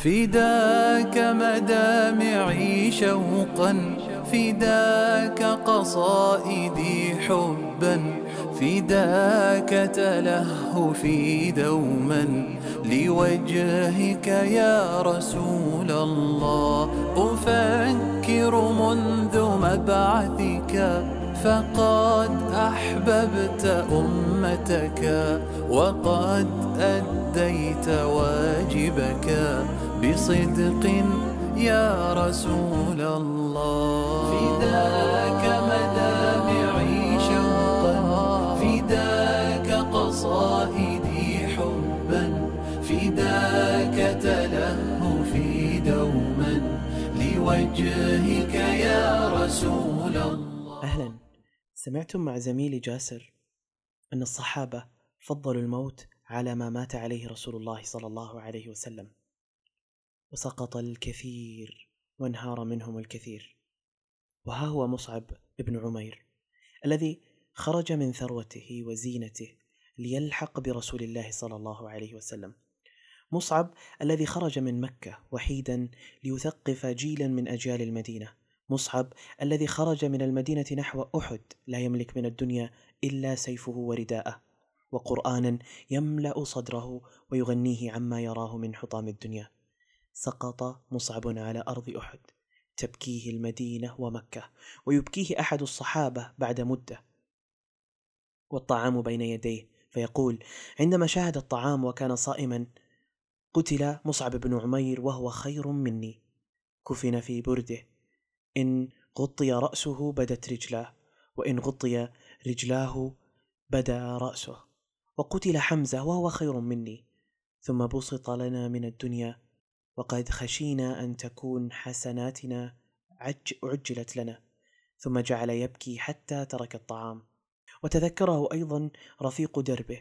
فداك مدامعي شوقا، فداك قصائدي حبا، فداك تلهفي دوما لوجهك يا رسول الله. أفكر منذ مبعثك فقد أحببت أمتك، وقد أديت واجبك بصدق يا رسول الله. فداك مدامعي شوقا، فداك قصائدي حبا، فداك تلهفي دوما لوجهك يا رسول الله. أهلا، سمعتم مع زميلي جاسر أن الصحابة فضلوا الموت على ما مات عليه رسول الله صلى الله عليه وسلم، وسقط الكثير وانهار منهم الكثير. وها هو مصعب ابن عمير الذي خرج من ثروته وزينته ليلحق برسول الله صلى الله عليه وسلم، مصعب الذي خرج من مكة وحيدا ليثقف جيلا من أجيال المدينة، مصعب الذي خرج من المدينة نحو أحد لا يملك من الدنيا إلا سيفه ورداءه، وقرآنا يملأ صدره ويغنيه عما يراه من حطام الدنيا. سقط مصعب على أرض أحد، تبكيه المدينة ومكة، ويبكيه أحد الصحابة بعد مدة والطعام بين يديه، فيقول: عندما شاهد الطعام وكان صائما: قتل مصعب بن عمير وهو خير مني، كفن في برده، إن غطي رأسه بدت رجلاه، وإن غطي رجلاه بدا رأسه. وقتل حمزة وهو خير مني، ثم بسط لنا من الدنيا، وقد خشينا أن تكون حسناتنا عجلت لنا. ثم جعل يبكي حتى ترك الطعام. وتذكره أيضا رفيق دربه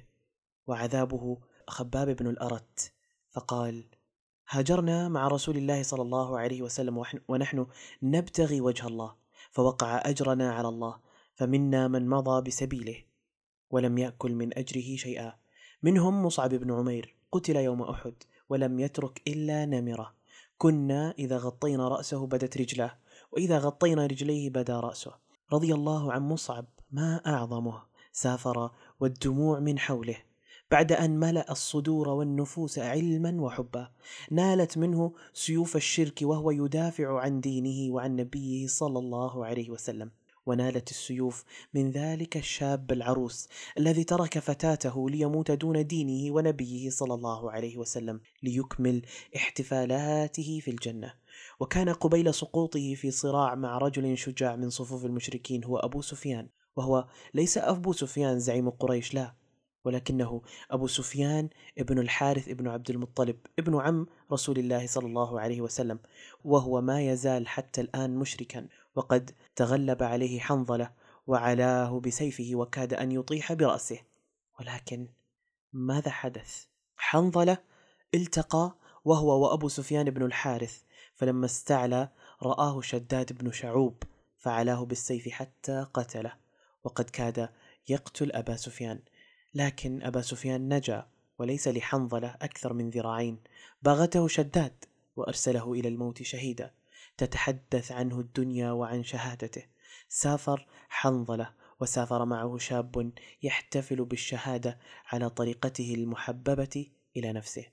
وعذابه خباب بن الأرت، فقال: هاجرنا مع رسول الله صلى الله عليه وسلم ونحن نبتغي وجه الله، فوقع أجرنا على الله، فمنا من مضى بسبيله ولم يأكل من أجره شيئا، منهم مصعب بن عمير قتل يوم أحد ولم يترك إلا نمرة، كنا إذا غطينا رأسه بدت رجله، وإذا غطينا رجليه بدا رأسه. رضي الله عن مصعب، ما أعظمه، سافر والدموع من حوله بعد أن ملأ الصدور والنفوس علما وحبا، نالت منه سيوف الشرك وهو يدافع عن دينه وعن نبيه صلى الله عليه وسلم، ونالت السيوف من ذلك الشاب العروس الذي ترك فتاته ليموت دون دينه ونبيه صلى الله عليه وسلم ليكمل احتفالاته في الجنة. وكان قبيل سقوطه في صراع مع رجل شجاع من صفوف المشركين هو أبو سفيان، وهو ليس أبو سفيان زعيم قريش، لا، ولكنه أبو سفيان ابن الحارث ابن عبد المطلب ابن عم رسول الله صلى الله عليه وسلم، وهو ما يزال حتى الآن مشركا، وقد تغلب عليه حنظلة وعلاه بسيفه وكاد أن يطيح برأسه. ولكن ماذا حدث؟ حنظلة التقى وهو وأبو سفيان بن الحارث، فلما استعلى رآه شداد بن شعوب فعلاه بالسيف حتى قتله، وقد كاد يقتل أبا سفيان، لكن أبا سفيان نجا وليس لحنظلة أكثر من ذراعين، باغته شداد وأرسله إلى الموت شهيدا. تتحدث عنه الدنيا وعن شهادته. سافر حنظلة وسافر معه شاب يحتفل بالشهادة على طريقته المحببة إلى نفسه،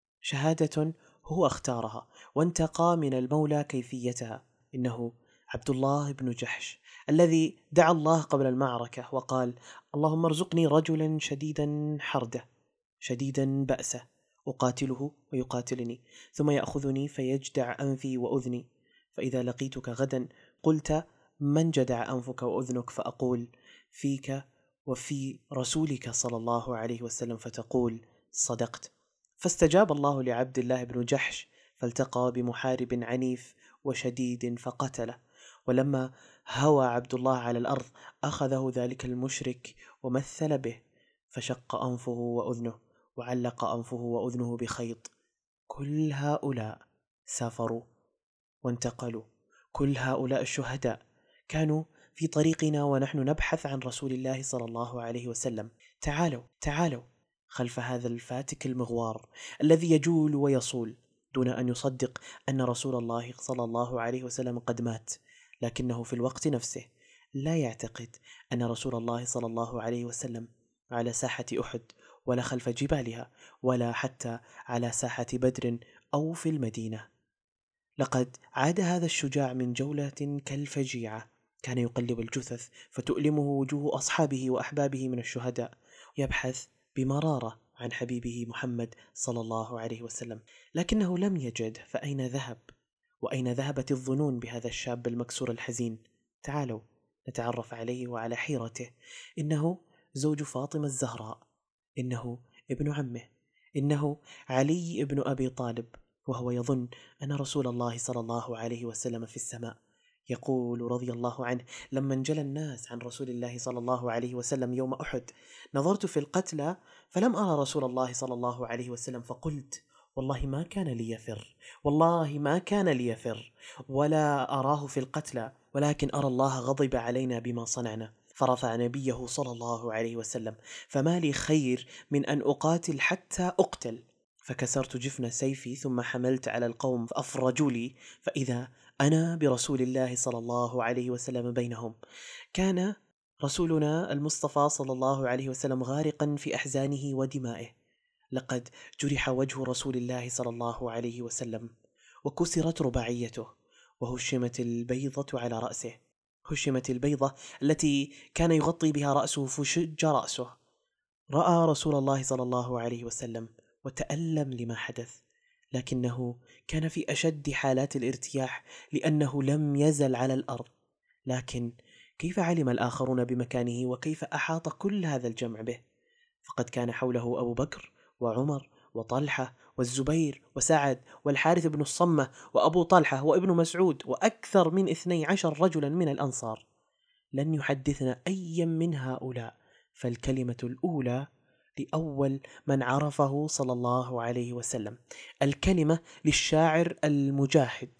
شهادة هو اختارها وانتقى من المولى كيفيتها. إنه عبد الله بن جحش الذي دعا الله قبل المعركة وقال: اللهم ارزقني رجلا شديدا حرده شديدا بأسه، أقاتله ويقاتلني، ثم يأخذني فيجدع أنفي وأذني، فإذا لقيتك غدا قلت: من جدع أنفك وأذنك؟ فأقول: فيك وفي رسولك صلى الله عليه وسلم، فتقول: صدقت. فاستجاب الله لعبد الله بن جحش، فالتقى بمحارب عنيف وشديد فقتله. ولما هوى عبد الله على الأرض أخذه ذلك المشرك ومثل به، فشق أنفه وأذنه وعلق أنفه وأذنه بخيط. كل هؤلاء سافروا وانتقلوا، كل هؤلاء الشهداء كانوا في طريقنا ونحن نبحث عن رسول الله صلى الله عليه وسلم. تعالوا خلف هذا الفاتك المغوار الذي يجول ويصول دون أن يصدق أن رسول الله صلى الله عليه وسلم قد مات، لكنه في الوقت نفسه لا يعتقد أن رسول الله صلى الله عليه وسلم على ساحة أحد ولا خلف جبالها ولا حتى على ساحة بدر أو في المدينة. لقد عاد هذا الشجاع من جولة كالفجيعة، كان يقلب الجثث فتؤلمه وجوه أصحابه وأحبابه من الشهداء، يبحث بمرارة عن حبيبه محمد صلى الله عليه وسلم، لكنه لم يجد. فأين ذهب؟ وأين ذهبت الظنون بهذا الشاب المكسور الحزين؟ تعالوا نتعرف عليه وعلى حيرته. إنه زوج فاطمة الزهراء، إنه ابن عمه، إنه علي ابن أبي طالب، وهو يظن أن رسول الله صلى الله عليه وسلم في السماء. يقول رضي الله عنه: لما انجلى الناس عن رسول الله صلى الله عليه وسلم يوم أحد نظرت في القتلى فلم أرى رسول الله صلى الله عليه وسلم، فقلت: والله ما كان لي يفر، والله ما كان لي يفر، ولا أراه في القتلى، ولكن أرى الله غضب علينا بما صنعنا، فرفع نبيه صلى الله عليه وسلم: فما لي خير من أن أقاتل حتى أقتل. فكسرت جفن سيفي ثم حملت على القوم فأفرجوا لي، فإذا أنا برسول الله صلى الله عليه وسلم بينهم. كان رسولنا المصطفى صلى الله عليه وسلم غارقا في أحزانه ودمائه. لقد جرح وجه رسول الله صلى الله عليه وسلم، وكسرت رباعيته، وهشمت البيضة على رأسه، هشمت البيضة التي كان يغطي بها رأسه فشج رأسه. رأى رسول الله صلى الله عليه وسلم وتألم لما حدث، لكنه كان في أشد حالات الارتياح لأنه لم يزل على الأرض. لكن كيف علم الآخرون بمكانه وكيف أحاط كل هذا الجمع به؟ فقد كان حوله أبو بكر وعمر وطلحة والزبير وسعد والحارث بن الصمة وأبو طلحة وابن مسعود وأكثر من 12 رجلا من الأنصار. لن يحدثنا أي من هؤلاء، فالكلمة الأولى لأول من عرفه صلى الله عليه وسلم، الكلمة للشاعر المجاهد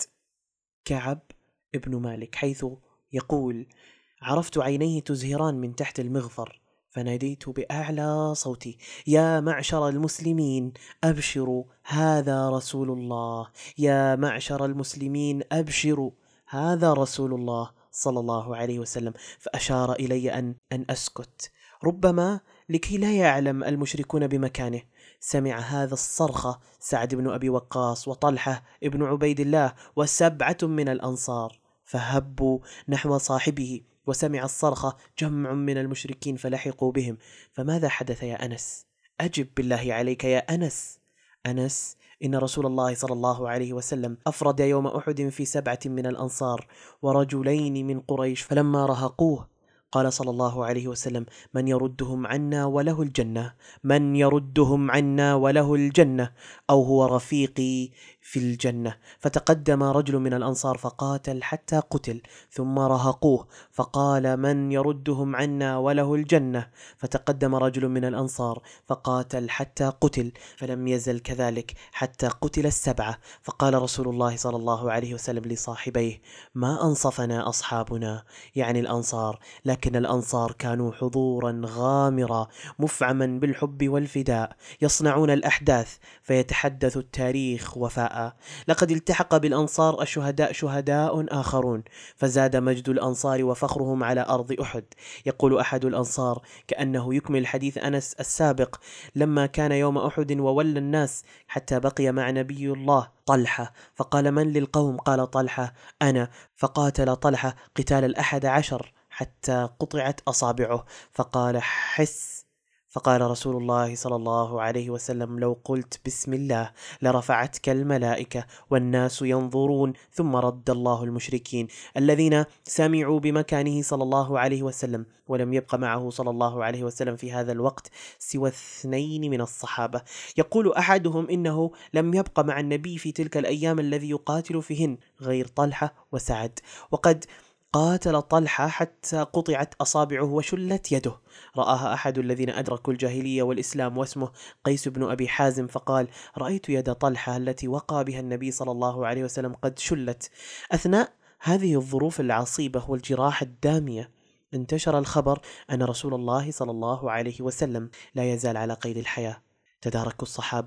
كعب ابن مالك، حيث يقول: عرفت عينيه تزهران من تحت المغفر، فناديت بأعلى صوتي: يا معشر المسلمين أبشروا هذا رسول الله، يا معشر المسلمين أبشروا هذا رسول الله صلى الله عليه وسلم. فأشار إلي أن أسكت، ربما لكي لا يعلم المشركون بمكانه. سمع هذا الصرخة سعد بن أبي وقاص وطلحة ابن عبيد الله و7 من الأنصار، فهبوا نحو صاحبه، وسمع الصرخة جمع من المشركين فلحقوا بهم. فماذا حدث يا أنس؟ أجب بالله عليك يا أنس. أنس، إن رسول الله صلى الله عليه وسلم أفرد يوم أحد في 7 من الأنصار ورجلين من قريش، فلما رهقوه قال صلى الله عليه وسلم: من يردهم عنا وله الجنة، من يردهم عنا وله الجنة، أو هو رفيقي في الجنة. فتقدم رجل من الأنصار فقاتل حتى قتل، ثم رهقوه فقال: من يردهم عنا وله الجنة. فتقدم رجل من الأنصار فقاتل حتى قتل، فلم يزل كذلك حتى قتل 7. فقال رسول الله صلى الله عليه وسلم لصاحبيه: ما أنصفنا أصحابنا، يعني الأنصار، لكن الأنصار كانوا حضورا غامرا مفعما بالحب والفداء، يصنعون الأحداث فيتحدث التاريخ وفاء. لقد التحق بالأنصار الشهداء شهداء آخرون، فزاد مجد الأنصار وفخرهم على أرض أحد. يقول أحد الأنصار كأنه يكمل حديث أنس السابق: لما كان يوم أحد وولى الناس حتى بقي مع نبي الله طلحة، فقال: من للقوم؟ قال طلحة: أنا. فقاتل طلحة قتال 11 حتى قطعت أصابعه، فقال: حس. فقال رسول الله صلى الله عليه وسلم: لو قلت بسم الله لرفعتك الملائكة والناس ينظرون. ثم رد الله المشركين الذين سمعوا بمكانه صلى الله عليه وسلم، ولم يبق معه صلى الله عليه وسلم في هذا الوقت سوى 2 من الصحابة. يقول أحدهم: إنه لم يبق مع النبي في تلك الأيام الذي يقاتل فيهن غير طلحة وسعد، وقد قاتل طلحة حتى قطعت أصابعه وشلت يده. رآها أحد الذين أدركوا الجاهلية والإسلام واسمه قيس بن أبي حازم، فقال: رأيت يد طلحة التي وقع بها النبي صلى الله عليه وسلم قد شلت. أثناء هذه الظروف العصيبة والجراح الدامية انتشر الخبر أن رسول الله صلى الله عليه وسلم لا يزال على قيد الحياة. تداركوا الصحابة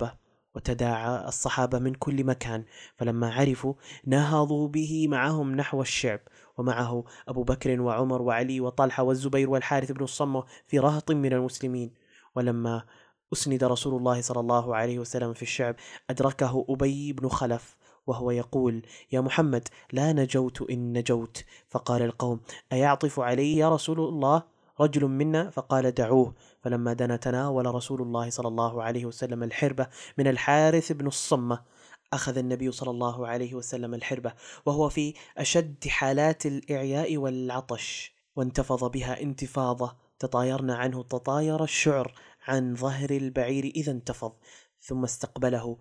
وتداعى الصحابة من كل مكان، فلما عرفوا نهضوا به معهم نحو الشعب، ومعه أبو بكر وعمر وعلي وطلحة والزبير والحارث بن الصمة في رهط من المسلمين. ولما أسند رسول الله صلى الله عليه وسلم في الشعب أدركه أبي بن خلف وهو يقول: يا محمد، لا نجوت إن نجوت. فقال القوم: أيعطف علي يا رسول الله رجل منا؟ فقال: دعوه. فلما دنا تناول رسول الله صلى الله عليه وسلم الحربة من الحارث بن الصمة. أخذ النبي صلى الله عليه وسلم الحربة وهو في أشد حالات الإعياء والعطش، وانتفض بها انتفاضة تطايرنا عنه تطاير الشعر عن ظهر البعير إذا انتفض، ثم استقبله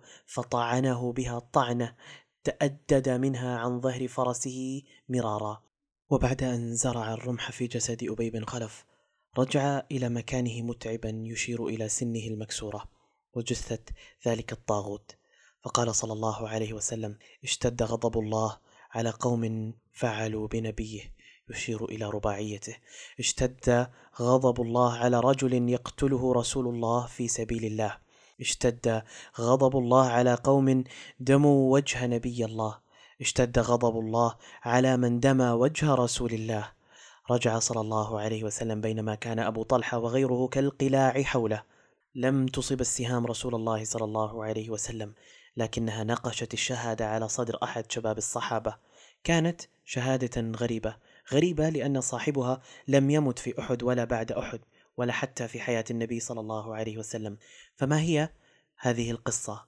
فطعنه بها طعنة تأدد منها عن ظهر فرسه مرارا. وبعد أن زرع الرمح في جسد أبي بن خلف رجع إلى مكانه متعبا يشير إلى سنه المكسورة وجثة ذلك الطاغوت، فقال صلى الله عليه وسلم: اشتد غضب الله على قوم فعلوا بنبيه، يشير إلى رباعيته. اشتد غضب الله على رجل يقتله رسول الله في سبيل الله. اشتد غضب الله على قوم دموا وجه نبي الله. اشتد غضب الله على من دمى وجه رسول الله. رجع صلى الله عليه وسلم بينما كان أبو طلحة وغيره كالقلاع حوله. لم تصب السهام رسول الله صلى الله عليه وسلم، لكنها نقشت الشهادة على صدر أحد شباب الصحابة. كانت شهادة غريبة لأن صاحبها لم يمت في أحد ولا بعد أحد ولا حتى في حياة النبي صلى الله عليه وسلم. فما هي هذه القصة؟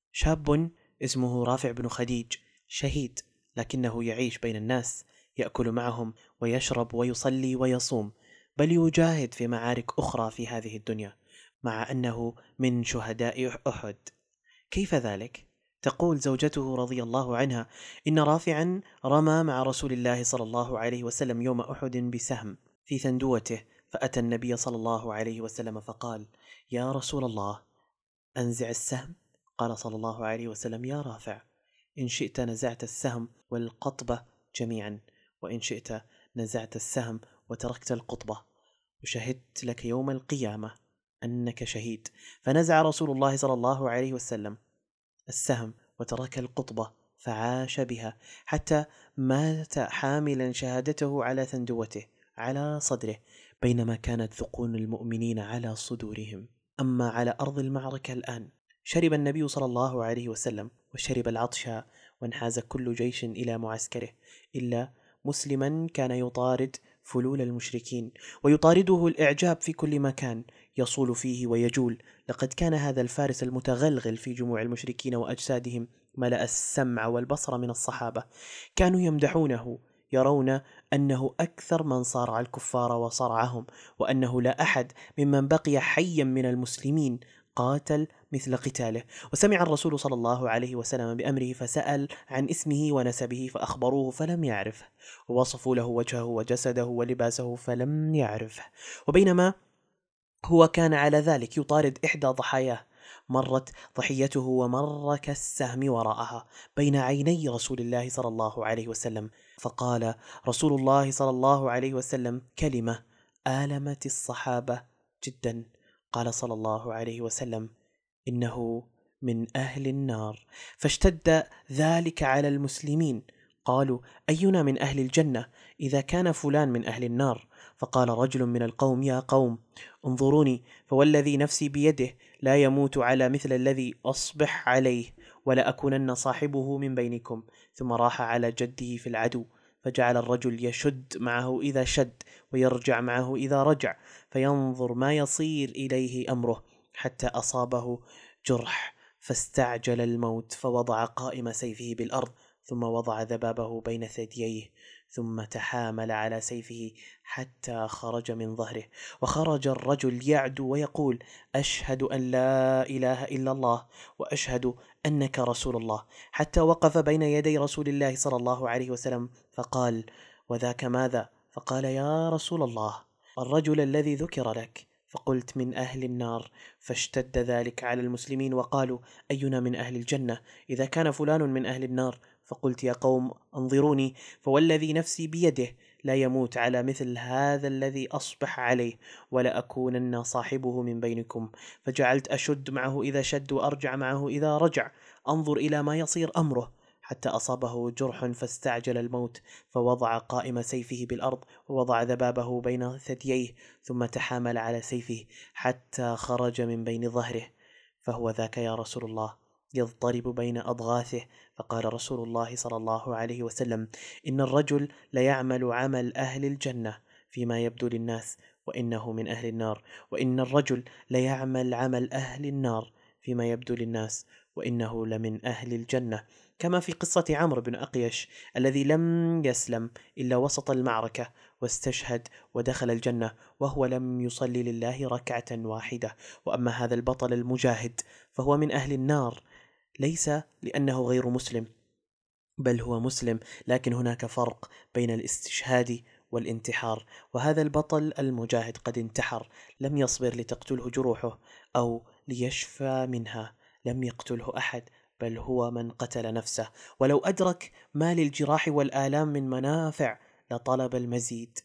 شاب اسمه رافع بن خديج، شهيد، لكنه يعيش بين الناس، يأكل معهم ويشرب ويصلي ويصوم، بل يجاهد في معارك أخرى في هذه الدنيا، مع أنه من شهداء أحد. كيف ذلك؟ تقول زوجته رضي الله عنها: إن رافعا رمى مع رسول الله صلى الله عليه وسلم يوم أحد بسهم في ثندوته، فأتى النبي صلى الله عليه وسلم فقال: يا رسول الله، أنزع السهم. قال صلى الله عليه وسلم: يا رافع، إن شئت نزعت السهم والقطبة جميعا، وإن شئت نزعت السهم وتركت القطبة، وشهدت لك يوم القيامة أنك شهيد. فنزع رسول الله صلى الله عليه وسلم السهم وترك القطبة، فعاش بها حتى مات حاملا شهادته على ثندوته على صدره، بينما كانت ثقون المؤمنين على صدورهم. أما على أرض المعركة الآن، شرب النبي صلى الله عليه وسلم وشرب العطش، وانحاز كل جيش إلى معسكره إلا مسلما كان يطارد فلول المشركين، ويطارده الإعجاب في كل مكان يصول فيه ويجول. لقد كان هذا الفارس المتغلغل في جموع المشركين وأجسادهم ملأ السمع والبصر من الصحابة، كانوا يمدحونه، يرون أنه أكثر من صارع الكفار وصرعهم، وأنه لا أحد ممن بقي حيا من المسلمين قاتل مثل قتاله. وسمع الرسول صلى الله عليه وسلم بأمره فسأل عن اسمه ونسبه فأخبروه فلم يعرفه، ووصفوا له وجهه وجسده ولباسه فلم يعرفه. وبينما هو كان على ذلك يطارد إحدى ضحاياه، مرت ضحيته ومر كالسهم وراءها بين عيني رسول الله صلى الله عليه وسلم، فقال رسول الله صلى الله عليه وسلم كلمة آلمت الصحابة جدا. قال صلى الله عليه وسلم: إنه من أهل النار. فاشتد ذلك على المسلمين، قالوا: أينا من أهل الجنة إذا كان فلان من أهل النار؟ فقال رجل من القوم: يا قوم، انظروني، فوالذي نفسي بيده لا يموت على مثل الذي أصبح عليه، ولا أكونن صاحبه من بينكم. ثم راح على جده في العدو، فجعل الرجل يشد معه إذا شد ويرجع معه إذا رجع، فينظر ما يصير إليه أمره، حتى أصابه جرح فاستعجل الموت، فوضع قائم سيفه بالأرض، ثم وضع ذبابه بين ثدييه، ثم تحامل على سيفه حتى خرج من ظهره. وخرج الرجل يعدو ويقول: أشهد أن لا إله إلا الله وأشهد أنك رسول الله، حتى وقف بين يدي رسول الله صلى الله عليه وسلم فقال: وذاك ماذا؟ فقال: يا رسول الله، الرجل الذي ذكر لك. فقلت: من أهل النار. فاشتد ذلك على المسلمين وقالوا: أينا من أهل الجنة إذا كان فلان من أهل النار؟ فقلت: يا قوم، انظروني، فوالذي نفسي بيده لا يموت على مثل هذا الذي أصبح عليه، ولا أكونن صاحبه من بينكم. فجعلت أشد معه إذا شد، وأرجع معه إذا رجع، أنظر إلى ما يصير أمره، حتى أصابه جرح فاستعجل الموت، فوضع قائم سيفه بالأرض، ووضع ذبابه بين ثدييه، ثم تحامل على سيفه حتى خرج من بين ظهره. فهو ذاك يا رسول الله، يضطرب بين أضغاثه. فقال رسول الله صلى الله عليه وسلم: إن الرجل ليعمل عمل أهل الجنة فيما يبدو للناس، وإنه من أهل النار، وإن الرجل ليعمل عمل أهل النار فيما يبدو للناس، وإنه لمن أهل الجنة. كما في قصة عمرو بن أقيش الذي لم يسلم إلا وسط المعركة، واستشهد ودخل الجنة وهو لم يصلي لله ركعة واحدة. وأما هذا البطل المجاهد فهو من أهل النار، ليس لأنه غير مسلم، بل هو مسلم، لكن هناك فرق بين الاستشهاد والانتحار. وهذا البطل المجاهد قد انتحر، لم يصبر لتقتله جروحه أو ليشفى منها، لم يقتله أحد، بل هو من قتل نفسه. ولو أدرك ما للجراح والآلام من منافع لطلب المزيد.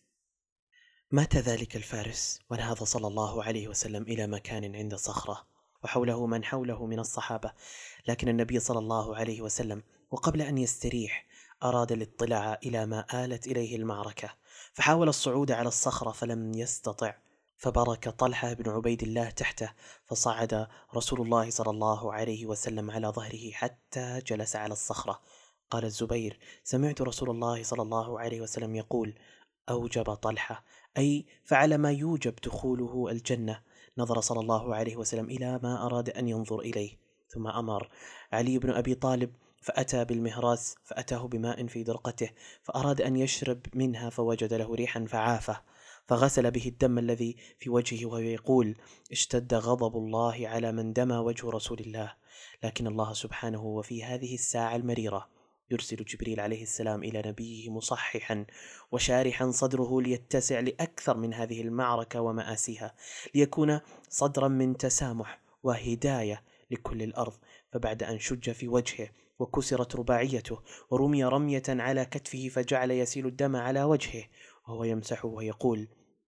مات ذلك الفارس ونهض صلى الله عليه وسلم إلى مكان عند صخرة، وحوله من حوله من الصحابة، لكن النبي صلى الله عليه وسلم وقبل أن يستريح أراد الاطلاع إلى ما آلت إليه المعركة، فحاول الصعود على الصخرة فلم يستطع، فبرك طلحة بن عبيد الله تحته، فصعد رسول الله صلى الله عليه وسلم على ظهره حتى جلس على الصخرة. قال الزبير: سمعت رسول الله صلى الله عليه وسلم يقول: أوجب طلحة، أي فعل ما يوجب دخوله الجنة. نظر صلى الله عليه وسلم إلى ما أراد أن ينظر إليه، ثم أمر علي بن أبي طالب فأتى بالمهراس، فأتاه بماء في درقته، فأراد أن يشرب منها، فوجد له ريحا فعافه، فغسل به الدم الذي في وجهه، وهو يقول: اشتد غضب الله على من دمى وجه رسول الله. لكن الله سبحانه وفي هذه الساعة المريرة يرسل جبريل عليه السلام إلى نبيه مصححا وشارحا صدره ليتسع لأكثر من هذه المعركة ومآسيها، ليكون صدرا من تسامح وهداية لكل الأرض. فبعد أن شج في وجهه وكسرت رباعيته ورمي رمية على كتفه، فجعل يسيل الدم على وجهه وهو يمسحه ويقول: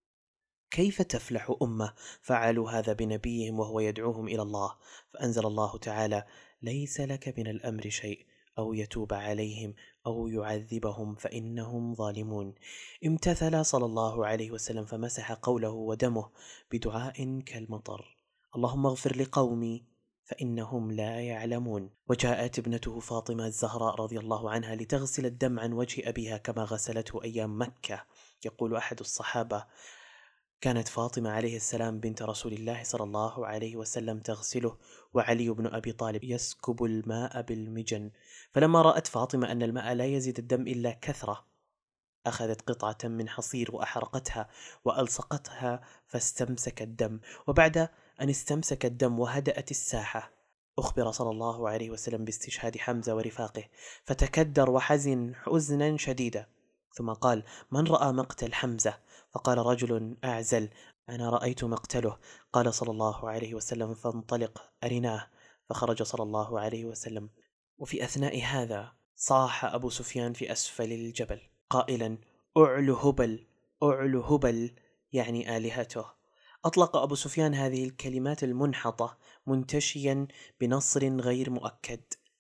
كيف تفلح أمة فعلوا هذا بنبيهم وهو يدعوهم إلى الله؟ فأنزل الله تعالى: ليس لك من الأمر شيء، أو يتوب عليهم أو يعذبهم فإنهم ظالمون. امتثل صلى الله عليه وسلم فمسح قوله ودمه بدعاء كالمطر: اللهم اغفر لقومي فإنهم لا يعلمون. وجاءت ابنته فاطمة الزهراء رضي الله عنها لتغسل الدم عن وجه أبيها كما غسلته أيام مكة. يقول أحد الصحابة: كانت فاطمة عليه السلام بنت رسول الله صلى الله عليه وسلم تغسله، وعلي بن أبي طالب يسكب الماء بالمجن، فلما رأت فاطمة أن الماء لا يزيد الدم إلا كثرة، أخذت قطعة من حصير وأحرقتها وألصقتها فاستمسك الدم. وبعد أن استمسك الدم وهدأت الساحة، أخبر صلى الله عليه وسلم باستشهاد حمزة ورفاقه، فتكدر وحزن حزنا شديدا، ثم قال: من رأى مقتل حمزة؟ فقال رجل أعزل: أنا رأيت مقتله. قال صلى الله عليه وسلم: فانطلق أرناه. فخرج صلى الله عليه وسلم، وفي أثناء هذا صاح أبو سفيان في أسفل الجبل قائلا: أعلو هبل، أعلو هبل، يعني آلهته. أطلق أبو سفيان هذه الكلمات المنحطة منتشيا بنصر غير مؤكد،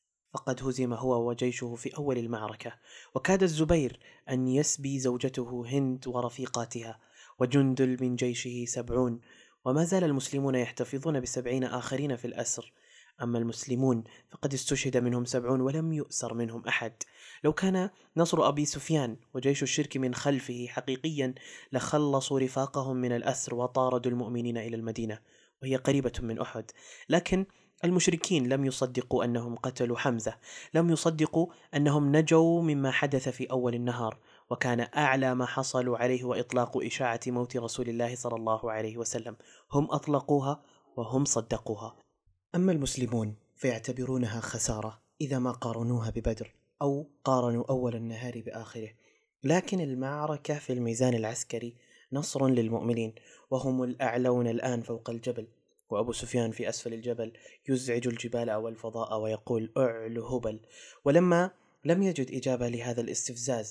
فقد هزم هو وجيشه في أول المعركة، وكاد الزبير أن يسبي زوجته هند ورفيقاتها، وجندل من جيشه 70، وما زال المسلمون يحتفظون ب70 آخرين في الأسر. أما المسلمون فقد استشهد منهم 70 ولم يؤسر منهم أحد. لو كان نصر أبي سفيان وجيش الشرك من خلفه حقيقيا لخلصوا رفاقهم من الأسر وطاردوا المؤمنين إلى المدينة، وهي قريبة من أحد. لكن المشركين لم يصدقوا أنهم قتلوا حمزة، لم يصدقوا أنهم نجوا مما حدث في أول النهار، وكان أعلى ما حصلوا عليه وإطلاق إشاعة موت رسول الله صلى الله عليه وسلم. هم أطلقوها وهم صدقوها. أما المسلمون فيعتبرونها خسارة إذا ما قارنوها ببدر، أو قارنوا أول النهار بآخره. لكن المعركة في الميزان العسكري نصر للمؤمنين، وهم الأعلون الآن فوق الجبل، وأبو سفيان في أسفل الجبل يزعج الجبال والفضاء ويقول: أعلو هبل. ولما لم يجد إجابة لهذا الاستفزاز،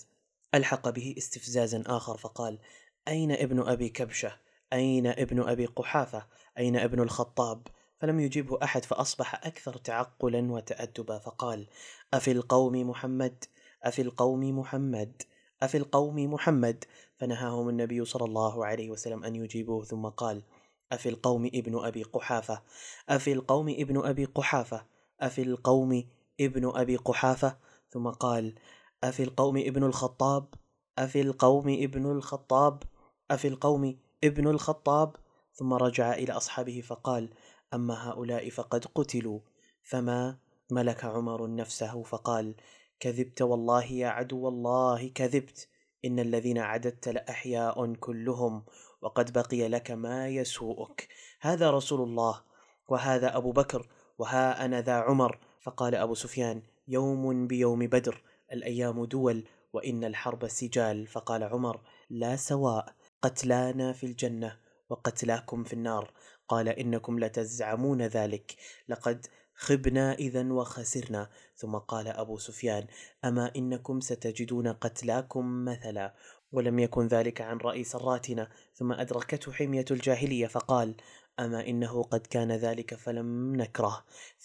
ألحق به استفزازا آخر فقال: أين ابن أبي كبشة؟ أين ابن أبي قحافة؟ أين ابن الخطاب؟ فلم يجبه أحد، فأصبح أكثر تعقلا وتأدبا، فقال: أفي القوم محمد؟ أفي القوم محمد؟ أفي القوم محمد؟ فنهاهم النبي صلى الله عليه وسلم أن يجيبوه، ثم قال: أفي القوم ابن أبي قحافة؟ أفي القوم ابن أبي قحافة؟ أفي القوم ابن أبي قحافة؟ ثم قال: أفي القوم ابن الخطاب؟ أفي القوم ابن الخطاب؟ أفي القوم ابن الخطاب؟ ثم رجع إلى أصحابه فقال: أما هؤلاء فقد قتلوا. فما ملك عمر نفسه فقال: كذبت والله يا عدو الله، كذبت، إن الذين عددت لأحياء كلهم، وقد بقي لك ما يسوءك. هذا رسول الله، وهذا أبو بكر، وها أنا ذا عمر. فقال أبو سفيان: يوم بيوم بدر، الأيام دول، وإن الحرب سجال. فقال عمر: لا سواء، قتلانا في الجنة وقتلاكم في النار. قال: إنكم لتزعمون ذلك، لقد خبنا إذا وخسرنا. ثم قال أبو سفيان: أما إنكم ستجدون قتلاكم مثلا. ولم يكن ذلك عن رأي سراتنا. ثم أدركته حمية الجاهلية فقال: أما إنه قد كان ذلك فلم نكره،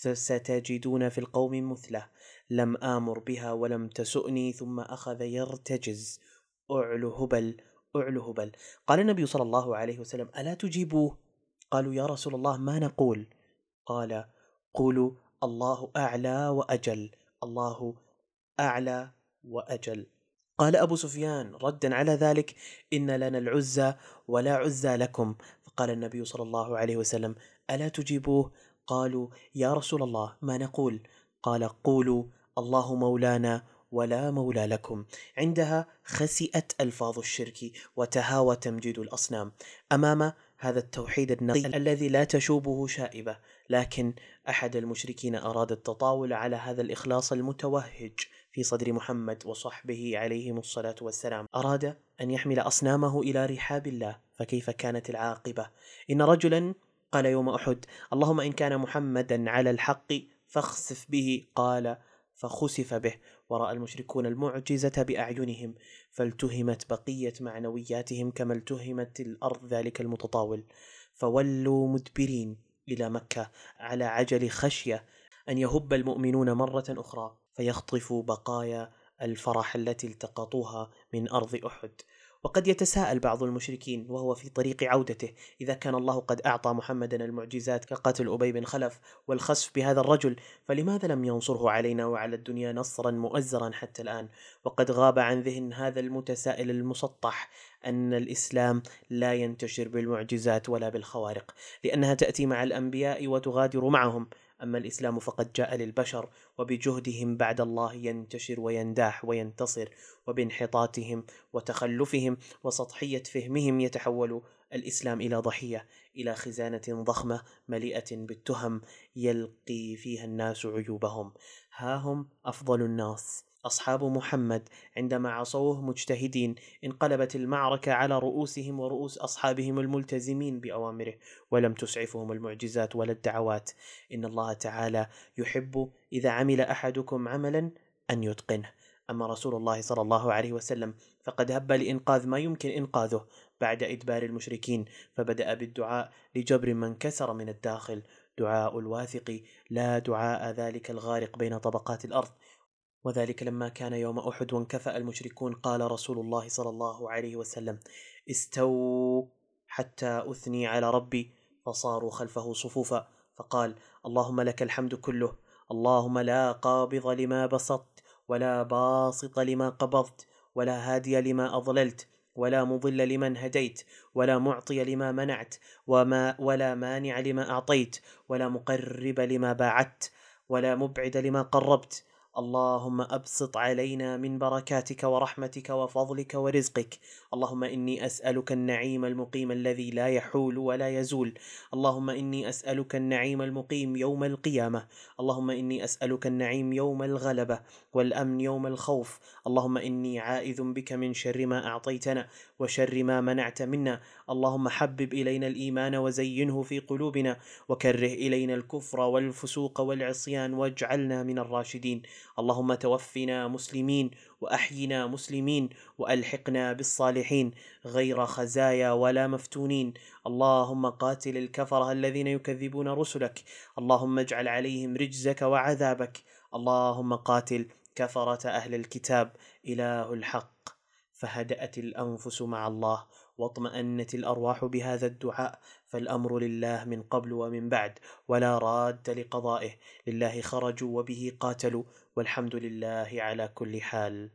ستجدون في القوم مثله، لم آمر بها ولم تسؤني. ثم أخذ يرتجز: أعلو هبل، أعلو هبل. قال النبي صلى الله عليه وسلم: ألا تجيبوه؟ قالوا: يا رسول الله ما نقول؟ قال: قولوا: الله أعلى وأجل، الله أعلى وأجل. قال أبو سفيان ردا على ذلك: إن لنا العزى ولا عزى لكم. فقال النبي صلى الله عليه وسلم: ألا تجيبوه؟ قالوا: يا رسول الله ما نقول؟ قال: قولوا: الله مولانا ولا مولى لكم. عندها خسئت ألفاظ الشرك وتهاوى تمجيد الأصنام أمام هذا التوحيد النقي الذي لا تشوبه شائبة. لكن أحد المشركين أراد التطاول على هذا الإخلاص المتوهج في صدر محمد وصحبه عليهم الصلاة والسلام، أراد أن يحمل أصنامه إلى رحاب الله. فكيف كانت العاقبة؟ إن رجلا قال يوم أحد: اللهم إن كان محمدا على الحق فاخسف به. قال: فخسف به، ورأى المشركون المعجزة بأعينهم، فالتهمت بقية معنوياتهم كما التهمت الأرض ذلك المتطاول، فولوا مدبرين إلى مكة على عجل، خشية أن يهب المؤمنون مرة أخرى فيخطفوا بقايا الفرح التي التقطوها من أرض أحد. وقد يتساءل بعض المشركين وهو في طريق عودته: إذا كان الله قد أعطى محمدا المعجزات كقتل أبي بن خلف والخسف بهذا الرجل، فلماذا لم ينصره علينا وعلى الدنيا نصرا مؤزرا حتى الآن؟ وقد غاب عن ذهن هذا المتسائل المسطح أن الإسلام لا ينتشر بالمعجزات ولا بالخوارق، لأنها تأتي مع الأنبياء وتغادر معهم. أما الإسلام فقد جاء للبشر، وبجهدهم بعد الله ينتشر وينداح وينتصر، وبانحطاطهم وتخلفهم وسطحية فهمهم يتحول الإسلام إلى ضحية، إلى خزانة ضخمة مليئة بالتهم يلقي فيها الناس عيوبهم. ها هم أفضل الناس أصحاب محمد، عندما عصوه مجتهدين انقلبت المعركة على رؤوسهم ورؤوس أصحابهم الملتزمين بأوامره، ولم تسعفهم المعجزات ولا الدعوات. إن الله تعالى يحب إذا عمل أحدكم عملا أن يتقنه. أما رسول الله صلى الله عليه وسلم فقد هب لإنقاذ ما يمكن إنقاذه بعد إدبار المشركين، فبدأ بالدعاء لجبر من كسر من الداخل، دعاء الواثق لا دعاء ذلك الغارق بين طبقات الأرض. وذلك لما كان يوم أحد وانكفأ المشركون قال رسول الله صلى الله عليه وسلم: استووا حتى أثني على ربي، فصاروا خلفه صفوفا، فقال: اللهم لك الحمد كله، اللهم لا قابض لما بسطت ولا باسط لما قبضت ولا هادي لما أضللت ولا مضل لمن هديت ولا معطي لما منعت ولا مانع لما أعطيت ولا مقرب لما باعدت ولا مبعد لما قربت. اللهم أبسط علينا من بركاتك ورحمتك وفضلك ورزقك. اللهم إني أسألك النعيم المقيم الذي لا يحول ولا يزول. اللهم إني أسألك النعيم المقيم يوم القيامة. اللهم إني أسألك النعيم يوم الغلبة والأمن يوم الخوف. اللهم إني عائذ بك من شر ما أعطيتنا وشر ما منعت منا. اللهم حبب إلينا الإيمان وزينه في قلوبنا وكره إلينا الكفر والفسوق والعصيان واجعلنا من الراشدين. اللهم توفنا مسلمين وأحينا مسلمين وألحقنا بالصالحين غير خزايا ولا مفتونين. اللهم قاتل الكفرة الذين يكذبون رسلك، اللهم اجعل عليهم رجزك وعذابك. اللهم قاتل كفرة أهل الكتاب إله الحق. فهدأت الأنفس مع الله واطمأنت الأرواح بهذا الدعاء، فالأمر لله من قبل ومن بعد ولا راد لقضائه. لله خرجوا وبه قاتلوا والحمد لله على كل حال.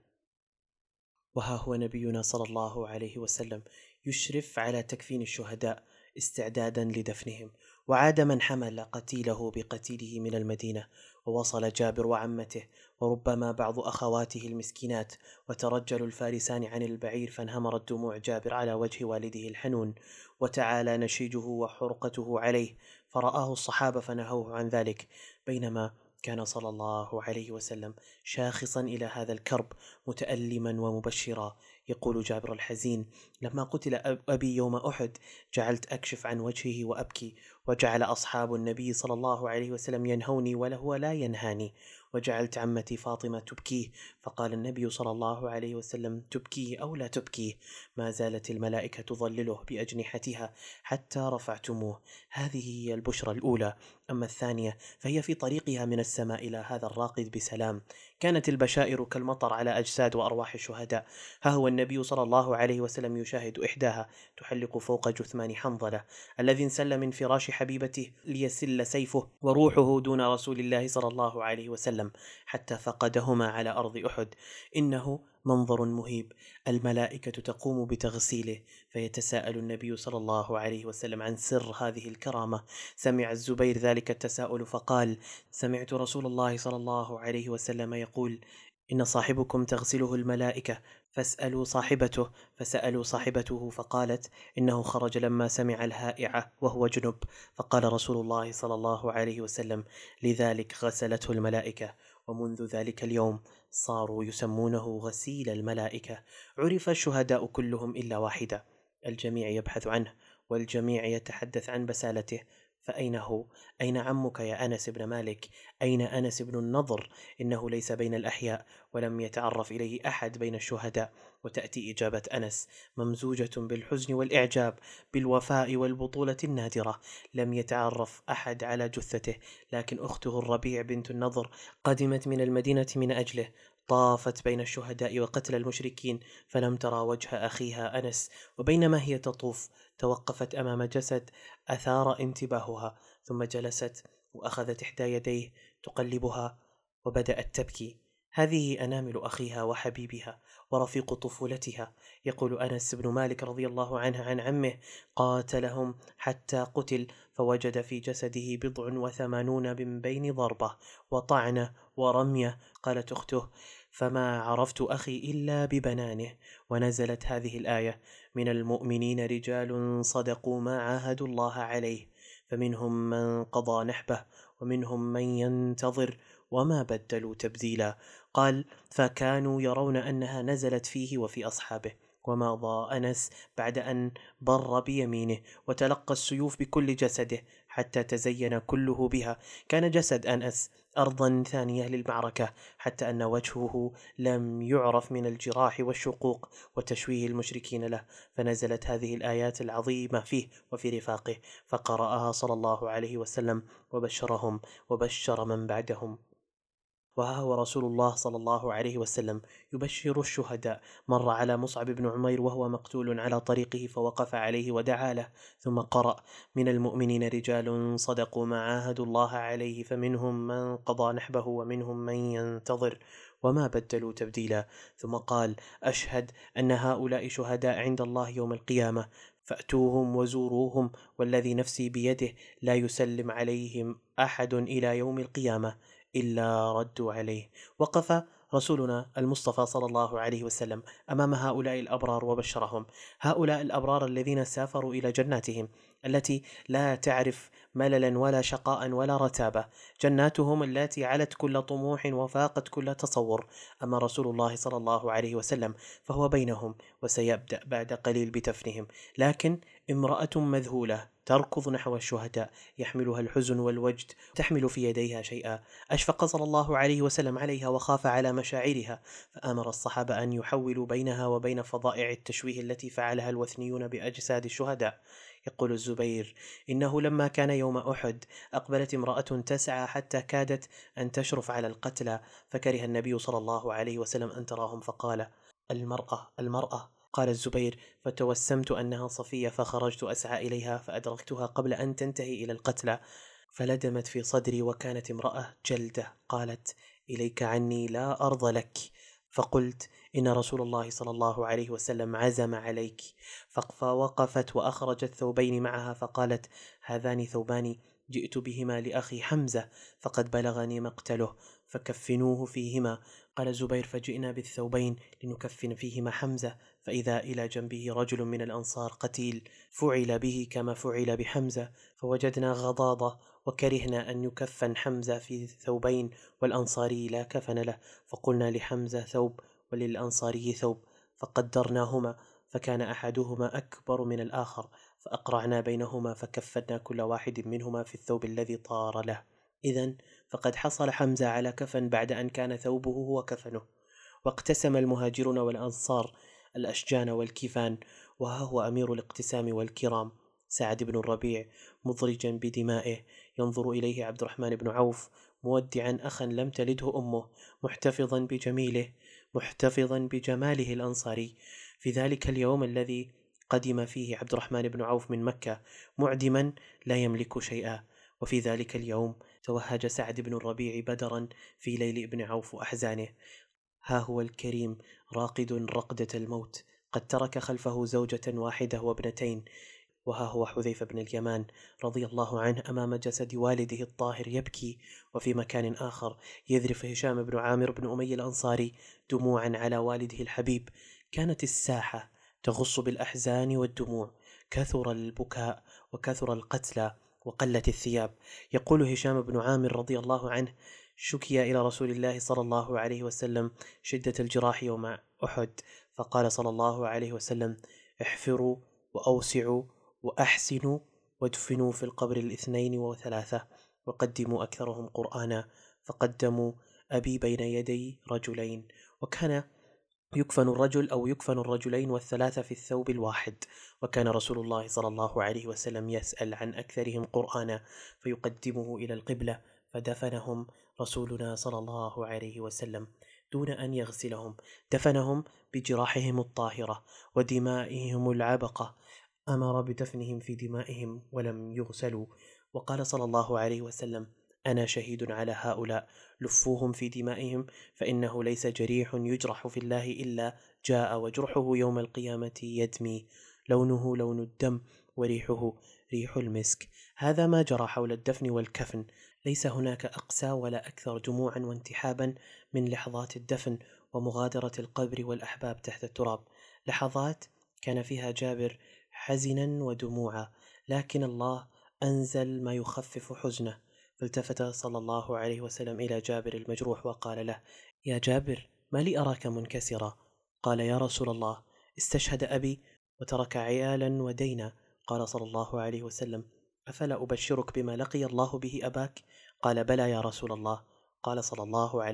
وها هو نبينا صلى الله عليه وسلم يشرف على تكفين الشهداء استعدادا لدفنهم، وعاد من حمل قتيله بقتيله من المدينة، ووصل جابر وعمته وربما بعض أخواته المسكينات، وترجل الفارسان عن البعير، فانهمرت دموع جابر على وجه والده الحنون، وتعالى نشيجه وحرقته عليه، فرآه الصحابة فنهوه عن ذلك، بينما كان صلى الله عليه وسلم شاخصا إلى هذا الكرب متألما ومبشرا. يقول جابر الحزين: لما قتل أبي يوم أحد جعلت أكشف عن وجهه وأبكي، وجعل أصحاب النبي صلى الله عليه وسلم ينهوني وهو لا ينهاني، وجعلت عمتي فاطمة تبكيه، فقال النبي صلى الله عليه وسلم: تبكيه أو لا تبكيه، ما زالت الملائكة تظلله بأجنحتها حتى رفعتموه. هذه هي البشرى الأولى. أما الثانية فهي في طريقها من السماء إلى هذا الراقد بسلام. كانت البشائر كالمطر على أجساد وأرواح الشهداء. ها هو النبي صلى الله عليه وسلم يشاهد إحداها تحلق فوق جثمان حنظلة الذي انسل من فراش حبيبته ليسل سيفه وروحه دون رسول الله صلى الله عليه وسلم حتى فقدهما على أرض أحد. إنه منظر مهيب، الملائكة تقوم بتغسيله، فيتساءل النبي صلى الله عليه وسلم عن سر هذه الكرامة. سمع الزبير ذلك التساؤل فقال: سمعت رسول الله صلى الله عليه وسلم يقول: إن صاحبكم تغسله الملائكة، فاسألوا صاحبته. فسألوا صاحبته فقالت: إنه خرج لما سمع الهائعة وهو جنب، فقال رسول الله صلى الله عليه وسلم: لذلك غسلته الملائكة. ومنذ ذلك اليوم صاروا يسمونه غسيل الملائكة. عرف الشهداء كلهم إلا واحدة، الجميع يبحث عنه والجميع يتحدث عن بسالته. فأين هو؟ أين عمك يا أنس بن مالك؟ أين أنس بن النضر؟ إنه ليس بين الأحياء ولم يتعرف إليه أحد بين الشهداء. وتأتي إجابة أنس ممزوجة بالحزن والإعجاب، بالوفاء والبطولة النادرة. لم يتعرف أحد على جثته، لكن أخته الربيع بنت النضر قدمت من المدينة من أجله، طافت بين الشهداء وقتل المشركين، فلم ترى وجه أخيها أنس، وبينما هي تطوف توقفت أمام جسد أثار انتباهها، ثم جلست وأخذت إحدى يديه تقلبها وبدأت تبكي. هذه أنامل أخيها وحبيبها ورفيق طفولتها. يقول أنس بن مالك رضي الله عنه عن عمه: قاتلهم حتى قتل، فوجد في جسده 87 من بين ضربة وطعنة ورمية. قالت أخته: فما عرفت أخي إلا ببنانه. ونزلت هذه الآية: من المؤمنين رجال صدقوا ما عاهدوا الله عليه، فمنهم من قضى نحبه ومنهم من ينتظر وما بدلوا تبديلا. قال: فكانوا يرون أنها نزلت فيه وفي أصحابه. ومضى أنس بعد أن بر بيمينه وتلقى السيوف بكل جسده حتى تزين كله بها. كان جسد أنس أرضا ثانية للمعركة، حتى أن وجهه لم يعرف من الجراح والشقوق وتشويه المشركين له. فنزلت هذه الآيات العظيمة فيه وفي رفاقه، فقرأها صلى الله عليه وسلم وبشرهم وبشر من بعدهم. وها هو رسول الله صلى الله عليه وسلم يبشر الشهداء. مر على مصعب بن عمير وهو مقتول على طريقه، فوقف عليه ودعا له، ثم قرأ: من المؤمنين رجال صدقوا ما عاهدوا الله عليه، فمنهم من قضى نحبه ومنهم من ينتظر وما بدلوا تبديلا. ثم قال: أشهد أن هؤلاء شهداء عند الله يوم القيامة، فأتوهم وزوروهم، والذي نفسي بيده لا يسلم عليهم أحد إلى يوم القيامة إلا ردوا عليه. وقف رسولنا المصطفى صلى الله عليه وسلم أمام هؤلاء الأبرار وبشرهم، هؤلاء الأبرار الذين سافروا إلى جناتهم التي لا تعرف مللا ولا شقاء ولا رتابة، جناتهم التي علت كل طموح وفاقت كل تصور. أما رسول الله صلى الله عليه وسلم فهو بينهم، وسيبدأ بعد قليل بتفنهم، لكن امرأة مذهولة تركض نحو الشهداء، يحملها الحزن والوجد، تحمل في يديها شيئا. أشفق صلى الله عليه وسلم عليها وخاف على مشاعرها، فآمر الصحابة أن يحولوا بينها وبين فظائع التشويه التي فعلها الوثنيون بأجساد الشهداء. يقول الزبير: إنه لما كان يوم أحد أقبلت امرأة تسعى حتى كادت أن تشرف على القتلى، فكره النبي صلى الله عليه وسلم أن تراهم، فقال: المرأة المرأة. قال الزبير: فتوسمت أنها صفية، فخرجت أسعى إليها فأدركتها قبل أن تنتهي إلى القتلى، فلدمت في صدري، وكانت امرأة جلدة. قالت: إليك عني لا أرض لك. فقلت: إن رسول الله صلى الله عليه وسلم عزم عليك. فوقفت وأخرجت ثوبين معها، فقالت: هذان ثوبان جئت بهما لأخي حمزة، فقد بلغني مقتله، فكفنوه فيهما. قال الزبير: فجئنا بالثوبين لنكفن فيهما حمزة، فإذا إلى جنبه رجل من الأنصار قتيل، فعل به كما فعل بحمزة، فوجدنا غضاضة، وكرهنا أن يكفن حمزة في ثوبين والأنصاري لا كفن له، فقلنا لحمزة ثوب وللأنصاري ثوب، فقدرناهما، فكان أحدهما أكبر من الآخر، فأقرعنا بينهما، فكفنا كل واحد منهما في الثوب الذي طار له. إذن فقد حصل حمزة على كفن بعد أن كان ثوبه هو كفنه. واقتسم المهاجرون والأنصار الأشجان والكفان، وها هو أمير الاقتسام والكرام سعد بن الربيع مضرجا بدمائه، ينظر إليه عبد الرحمن بن عوف مودعا أخا لم تلده أمه، محتفظا بجماله الأنصاري، في ذلك اليوم الذي قدم فيه عبد الرحمن بن عوف من مكة معدما لا يملك شيئا. وفي ذلك اليوم توهج سعد بن الربيع بدرا في ليل ابن عوف وأحزانه. ها هو الكريم راقد رقدة الموت، قد ترك خلفه زوجة واحدة وابنتين. وها هو حذيفة بن اليمان رضي الله عنه أمام جسد والده الطاهر يبكي، وفي مكان آخر يذرف هشام بن عامر بن أمية الأنصاري دموعا على والده الحبيب. كانت الساحة تغص بالأحزان والدموع، كثر البكاء وكثر القتلى وقلت الثياب. يقول هشام بن عامر رضي الله عنه: شكي إلى رسول الله صلى الله عليه وسلم شدة الجراح يوم أحد، فقال صلى الله عليه وسلم: احفروا وأوسعوا وأحسنوا وادفنوا في القبر 2 و3، وقدموا أكثرهم قرآنا، فقدموا أبي بين يدي رجلين. وكان يكفن الرجل أو يكفن الرجلين والثلاثة في الثوب الواحد، وكان رسول الله صلى الله عليه وسلم يسأل عن أكثرهم قرآنا فيقدمه إلى القبلة، فدفنهم رسولنا صلى الله عليه وسلم دون أن يغسلهم، دفنهم بجراحهم الطاهرة ودمائهم العبقة، أمر بدفنهم في دمائهم ولم يغسلوا. وقال صلى الله عليه وسلم: أنا شهيد على هؤلاء، لفوهم في دمائهم، فإنه ليس جريح يجرح في الله إلا جاء وجرحه يوم القيامة يدمي، لونه لون الدم وريحه ريح المسك. هذا ما جرى حول الدفن والكفن. ليس هناك أقسى ولا أكثر دموعا وانتحابا من لحظات الدفن ومغادرة القبر والأحباب تحت التراب، لحظات كان فيها جابر حزنا ودموعا، لكن الله أنزل ما يخفف حزنه، فالتفت صلى الله عليه وسلم إلى جابر المجروح وقال له: يا جابر، ما لي أراك منكسرا؟ قال: يا رسول الله، استشهد أبي وترك عيالا ودينا. قال صلى الله عليه وسلم: أفلا أبشرك بما لقي الله به أباك؟ قال: بلى يا رسول الله. قال صلى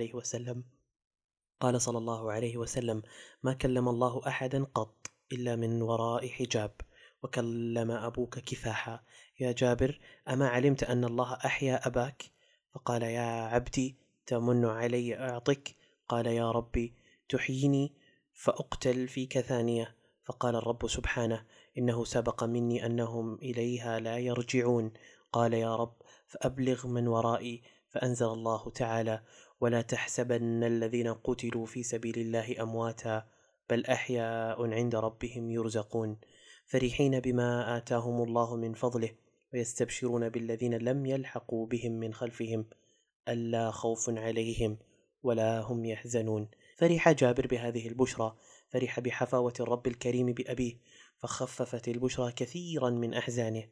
الله عليه وسلم: ما كلم الله أحدا قط إلا من وراء حجاب، وكلم أبوك كفاحا. يا جابر، أما علمت أن الله أحيا أباك؟ فقال: يا عبدي، تمن علي أعطك؟ قال: يا ربي، تحييني فأقتل فيك ثانية. فقال الرب سبحانه: إنه سبق مني أنهم إليها لا يرجعون. قال: يا رب، فأبلغ من ورائي. فأنزل الله تعالى: ولا تحسبن الذين قتلوا في سبيل الله أمواتا، بل أحياء عند ربهم يرزقون، فرحين بما آتاهم الله من فضله، ويستبشرون بالذين لم يلحقوا بهم من خلفهم ألا خوف عليهم ولا هم يحزنون. فرح جابر بهذه البشرى، فرح بحفاوة الرب الكريم بأبيه، فخففت البشرى كثيرا من أحزانه.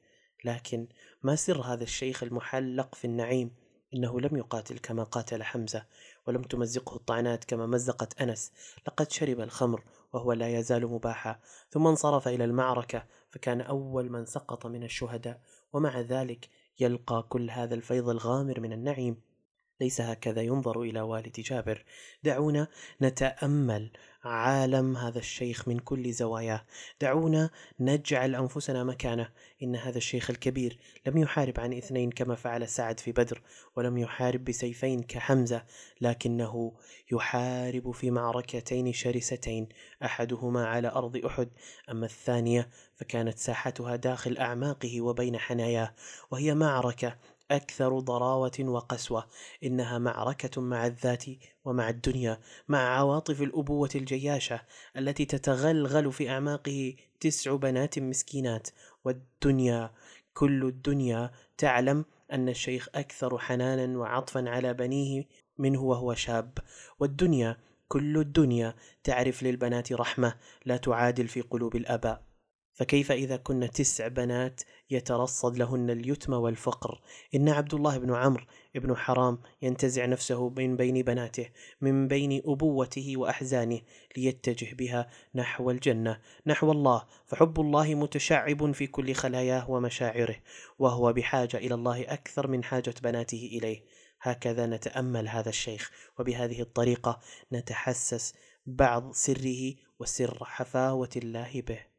لكن ما سر هذا الشيخ المحلق في النعيم؟ إنه لم يقاتل كما قاتل حمزة، ولم تمزقه الطعنات كما مزقت أنس. لقد شرب الخمر وهو لا يزال مباحا، ثم انصرف إلى المعركة فكان أول من سقط من الشهداء، ومع ذلك يلقى كل هذا الفيض الغامر من النعيم. ليس هكذا ينظر إلى والد جابر. دعونا نتأمل عالم هذا الشيخ من كل زواياه، دعونا نجعل أنفسنا مكانه. إن هذا الشيخ الكبير لم يحارب عن اثنين كما فعل سعد في بدر، ولم يحارب بسيفين كحمزة، لكنه يحارب في معركتين شرستين، أحدهما على أرض أحد، أما الثانية فكانت ساحتها داخل أعماقه وبين حناياه، وهي معركة أكثر ضراوة وقسوة. إنها معركة مع الذات ومع الدنيا، مع عواطف الأبوة الجياشة التي تتغلغل في أعماقه 9 بنات مسكينات. والدنيا، كل الدنيا تعلم أن الشيخ أكثر حنانا وعطفا على بنيه منه وهو شاب، والدنيا، كل الدنيا تعرف للبنات رحمة لا تعادل في قلوب الآباء. فكيف إذا كن 9 بنات يترصد لهن اليتم والفقر؟ إن عبد الله بن عمرو ابن حرام ينتزع نفسه من بين بناته، من بين أبوته وأحزانه، ليتجه بها نحو الجنة، نحو الله، فحب الله متشعب في كل خلاياه ومشاعره، وهو بحاجة إلى الله أكثر من حاجة بناته إليه. هكذا نتأمل هذا الشيخ، وبهذه الطريقة نتحسس بعض سره وسر حفاوة الله به.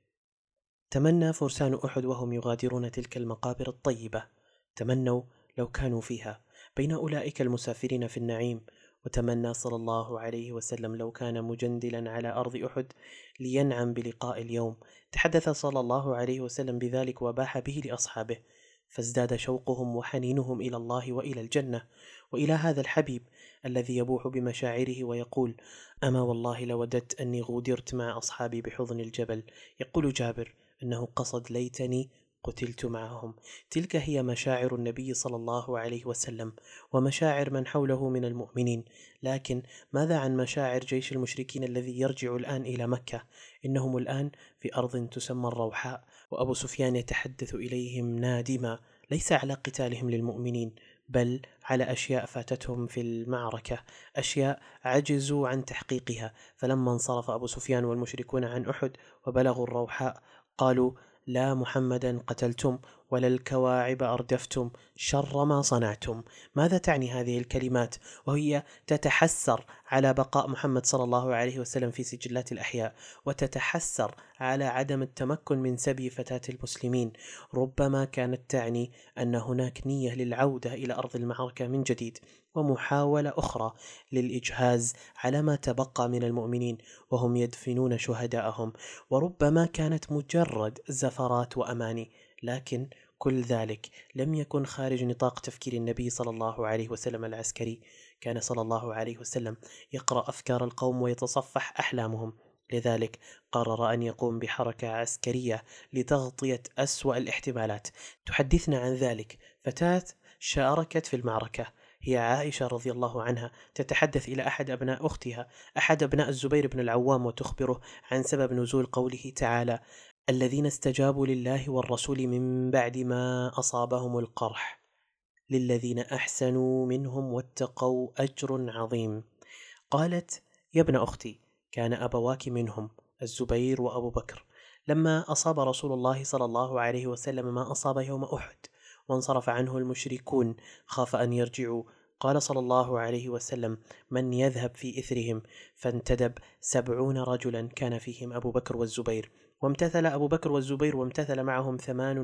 تمنى فرسان أحد وهم يغادرون تلك المقابر الطيبة، تمنوا لو كانوا فيها بين أولئك المسافرين في النعيم. وتمنى صلى الله عليه وسلم لو كان مجندلا على أرض أحد لينعم بلقاء اليوم. تحدث صلى الله عليه وسلم بذلك وباح به لأصحابه، فازداد شوقهم وحنينهم إلى الله وإلى الجنة وإلى هذا الحبيب الذي يبوح بمشاعره ويقول: أما والله لوددت أني غودرت مع أصحابي بحضن الجبل. يقول جابر أنه قصد: ليتني قتلت معهم. تلك هي مشاعر النبي صلى الله عليه وسلم ومشاعر من حوله من المؤمنين. لكن ماذا عن مشاعر جيش المشركين الذي يرجع الآن إلى مكة؟ إنهم الآن في أرض تسمى الروحاء، وأبو سفيان يتحدث إليهم نادما، ليس على قتالهم للمؤمنين، بل على أشياء فاتتهم في المعركة، أشياء عجزوا عن تحقيقها. فلما انصرف أبو سفيان والمشركون عن أحد وبلغوا الروحاء قالوا: لا محمدا قتلتم ولا الكواعب أردفتم، شر ما صنعتم. ماذا تعني هذه الكلمات وهي تتحسر على بقاء محمد صلى الله عليه وسلم في سجلات الأحياء، وتتحسر على عدم التمكن من سبي فتاة المسلمين؟ ربما كانت تعني أن هناك نية للعودة إلى أرض المعركة من جديد، ومحاولة أخرى للإجهاز على ما تبقى من المؤمنين وهم يدفنون شهداءهم، وربما كانت مجرد زفرات وأماني. لكن كل ذلك لم يكن خارج نطاق تفكير النبي صلى الله عليه وسلم العسكري. كان صلى الله عليه وسلم يقرأ أفكار القوم ويتصفح أحلامهم، لذلك قرر أن يقوم بحركة عسكرية لتغطية أسوأ الاحتمالات. تحدثنا عن ذلك فتاة شاركت في المعركة، هي عائشة رضي الله عنها، تتحدث إلى أحد أبناء أختها، أحد أبناء الزبير بن العوام، وتخبره عن سبب نزول قوله تعالى: الذين استجابوا لله والرسول من بعد ما أصابهم القرح للذين أحسنوا منهم واتقوا أجر عظيم. قالت: يا ابن أختي، كان أبواك منهم الزبير وأبو بكر، لما أصاب رسول الله صلى الله عليه وسلم ما أصاب يوم أحد وانصرف عنه المشركون خاف أن يرجعوا، قال صلى الله عليه وسلم: من يذهب في إثرهم؟ فانتدب 70 رجلا كان فيهم أبو بكر والزبير، وامتثل أبو بكر والزبير، وامتثل معهم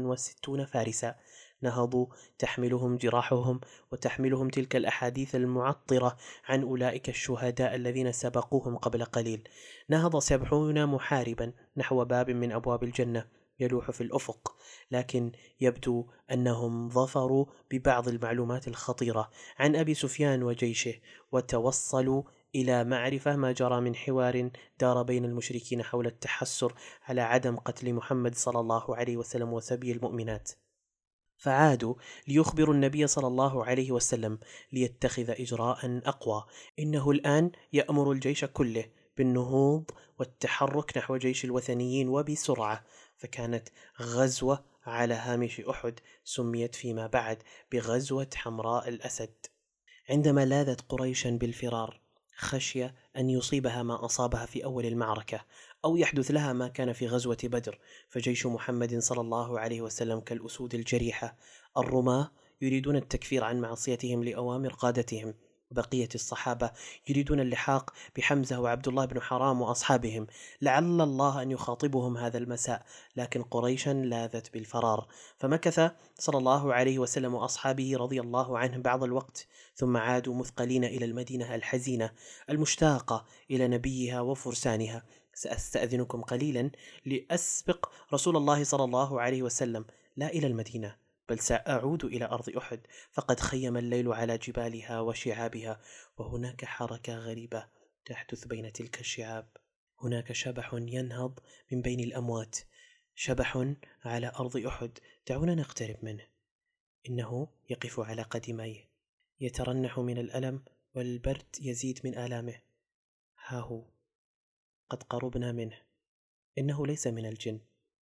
68 فارسا، نهضوا تحملهم جراحهم وتحملهم تلك الأحاديث المعطرة عن أولئك الشهداء الذين سبقوهم قبل قليل. نهض 70 محاربا نحو باب من أبواب الجنة يلوح في الأفق، لكن يبدو أنهم ظفروا ببعض المعلومات الخطيرة عن أبي سفيان وجيشه، وتوصلوا إلى معرفة ما جرى من حوار دار بين المشركين حول التحسر على عدم قتل محمد صلى الله عليه وسلم وسبي المؤمنات، فعادوا ليخبروا النبي صلى الله عليه وسلم ليتخذ إجراء أقوى. إنه الآن يأمر الجيش كله بالنهوض والتحرك نحو جيش الوثنيين وبسرعة. فكانت غزوة على هامش أحد سميت فيما بعد بغزوة حمراء الأسد. عندما لاذت قريشا بالفرار خشية أن يصيبها ما أصابها في أول المعركة أو يحدث لها ما كان في غزوة بدر، فجيش محمد صلى الله عليه وسلم كالأسود الجريحة، الرماة يريدون التكفير عن معصيتهم لأوامر قادتهم، وبقية الصحابة يريدون اللحاق بحمزة وعبد الله بن حرام وأصحابهم، لعل الله أن يخاطبهم هذا المساء، لكن قريشا لاذت بالفرار، فمكث صلى الله عليه وسلم وأصحابه رضي الله عنهم بعض الوقت، ثم عادوا مثقلين إلى المدينة الحزينة المشتاقة إلى نبيها وفرسانها. سأستأذنكم قليلا لأسبق رسول الله صلى الله عليه وسلم، لا إلى المدينة بل سأعود إلى أرض أحد، فقد خيم الليل على جبالها وشعابها، وهناك حركة غريبة تحدث بين تلك الشعاب. هناك شبح ينهض من بين الأموات، شبح على أرض أحد، دعونا نقترب منه. إنه يقف على قدميه، يترنح من الألم والبرد يزيد من آلامه. ها هو قد قربنا منه. إنه ليس من الجن،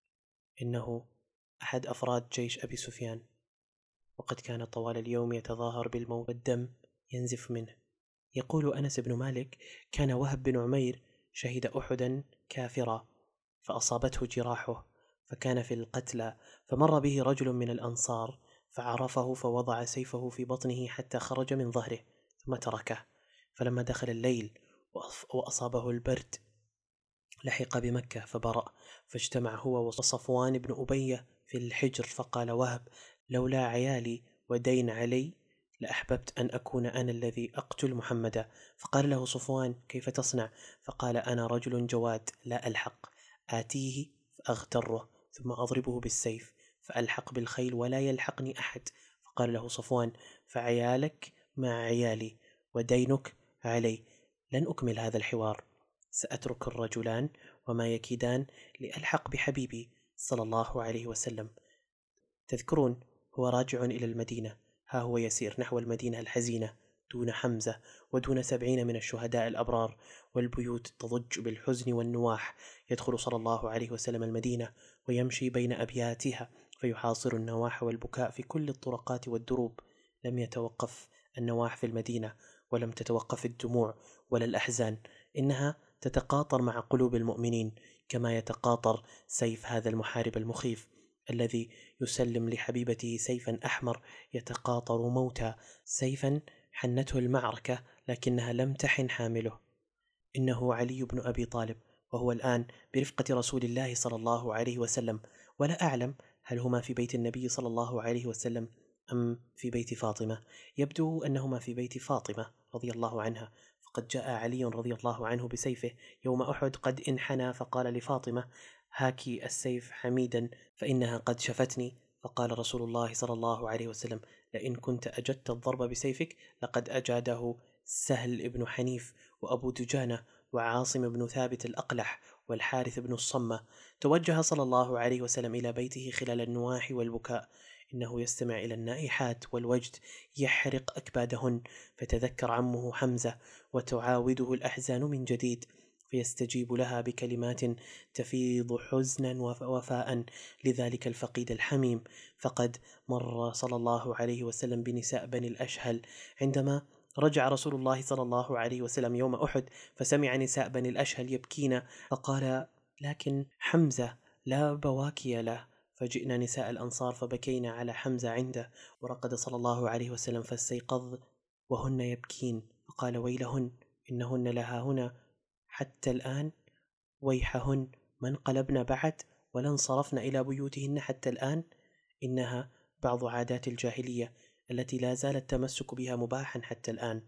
إنه أحد أفراد جيش أبي سفيان، وقد كان طوال اليوم يتظاهر بالموت والدم ينزف منه. يقول أنس بن مالك: كان وهب بن عمير شهد أحدا كافرا فأصابته جراحه، فكان في القتلى، فمر به رجل من الأنصار فعرفه فوضع سيفه في بطنه حتى خرج من ظهره ثم تركه، فلما دخل الليل وأصابه البرد لحق بمكة فبرأ، فاجتمع هو وصفوان بن أبية في الحجر، فقال وهب: لولا عيالي ودين علي لأحببت أن أكون أنا الذي أقتل محمدا. فقال له صفوان: كيف تصنع؟ فقال: أنا رجل جواد لا ألحق، آتيه فأغتره ثم أضربه بالسيف فألحق بالخيل ولا يلحقني أحد. فقال له صفوان: فعيالك مع عيالي ودينك علي. لن أكمل هذا الحوار، سأترك الرجلان وما يكيدان لألحق بحبيبي صلى الله عليه وسلم. تذكرون هو راجع إلى المدينة، ها هو يسير نحو المدينة الحزينة دون حمزة ودون 70 من الشهداء الأبرار، والبيوت تضج بالحزن والنواح. يدخل صلى الله عليه وسلم المدينة ويمشي بين أبياتها فيحاصر النواح والبكاء في كل الطرقات والدروب. لم يتوقف النواح في المدينة، ولم تتوقف الدموع ولا الأحزان، إنها تتقاطر مع قلوب المؤمنين كما يتقاطر سيف هذا المحارب المخيف الذي يسلم لحبيبته سيفا أحمر يتقاطر موتا، سيفا حنته المعركة لكنها لم تحن حامله. إنه علي بن أبي طالب، وهو الآن برفقة رسول الله صلى الله عليه وسلم، ولا أعلم هل هما في بيت النبي صلى الله عليه وسلم أم في بيت فاطمة. يبدو أنهما في بيت فاطمة رضي الله عنها، فقد جاء علي رضي الله عنه بسيفه يوم أحد قد انحنى، فقال لفاطمة: هاكي السيف حميدا فإنها قد شفتني. فقال رسول الله صلى الله عليه وسلم: لئن كنت أجدت الضرب بسيفك لقد أجاده سهل ابن حنيف وأبو دجانة وعاصم بن ثابت الأقلح والحارث بن الصمة. توجه صلى الله عليه وسلم إلى بيته خلال النواح والبكاء، إنه يستمع إلى النائحات والوجد يحرق أكبادهن، فتذكر عمه حمزة وتعاوده الأحزان من جديد، فيستجيب لها بكلمات تفيض حزنا ووفاء لذلك الفقيد الحميم. فقد مر صلى الله عليه وسلم بنساء بني الأشهل عندما رجع رسول الله صلى الله عليه وسلم يوم أحد، فسمع نساء بني الأشهل يبكين، فقال: لكن حمزة لا بواكي له. فجئنا نساء الأنصار فبكينا على حمزة عنده، ورقد صلى الله عليه وسلم فاستيقظ وهن يبكين، فقال: ويلهن إنهن لها هنا حتى الآن، ويحهن ما انقلبن بعد ولا انصرفن إلى بيوتهن حتى الآن. إنها بعض عادات الجاهلية التي لا زال التمسك بها مباحا حتى الآن،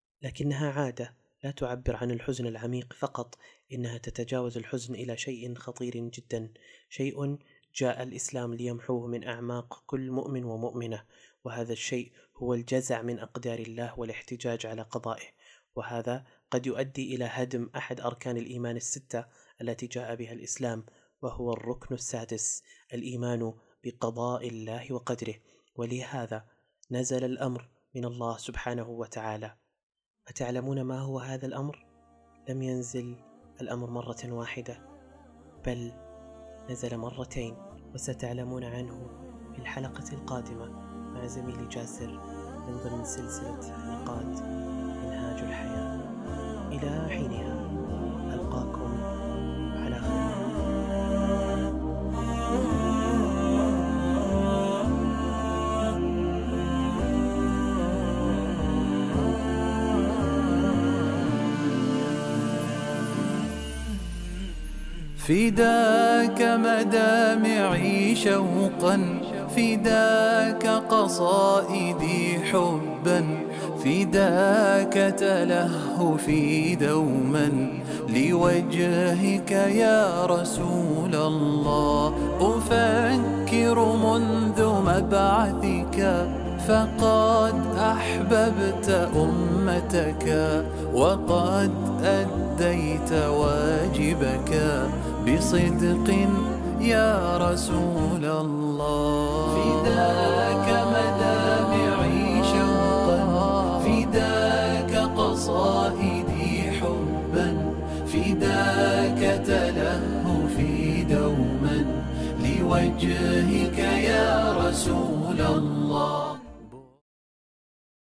لكنها عادة لا تعبر عن الحزن العميق فقط، إنها تتجاوز الحزن إلى شيء خطير جدا، شيء جاء الإسلام ليمحوه من أعماق كل مؤمن ومؤمنة، وهذا الشيء هو الجزع من أقدار الله والاحتجاج على قضائه، وهذا قد يؤدي إلى هدم أحد أركان الإيمان الستة التي جاء بها الإسلام، وهو الركن السادس: الإيمان بقضاء الله وقدره. ولهذا نزل الأمر من الله سبحانه وتعالى. أتعلمون ما هو هذا الأمر؟ لم ينزل الأمر مرة واحدة، بل نزل مرتين. وستعلمون عنه في الحلقة القادمة مع زميلي جاسر من ضمن سلسلة حلقات منهاج الحياة. إلى حينها ألقاكم على خير. فداك مدامعي شوقا، فداك قصائدي حبا، فداك تلهفي دوما لوجهك يا رسول الله. أفكر منذ مبعثك فقد أحببت أمتك، وقد أديت واجبك بصدق يا رسول الله. فداك مدامعي شوقا، فداك قصائدي حبا، فداك تلهفي دوما لوجهك يا رسول الله.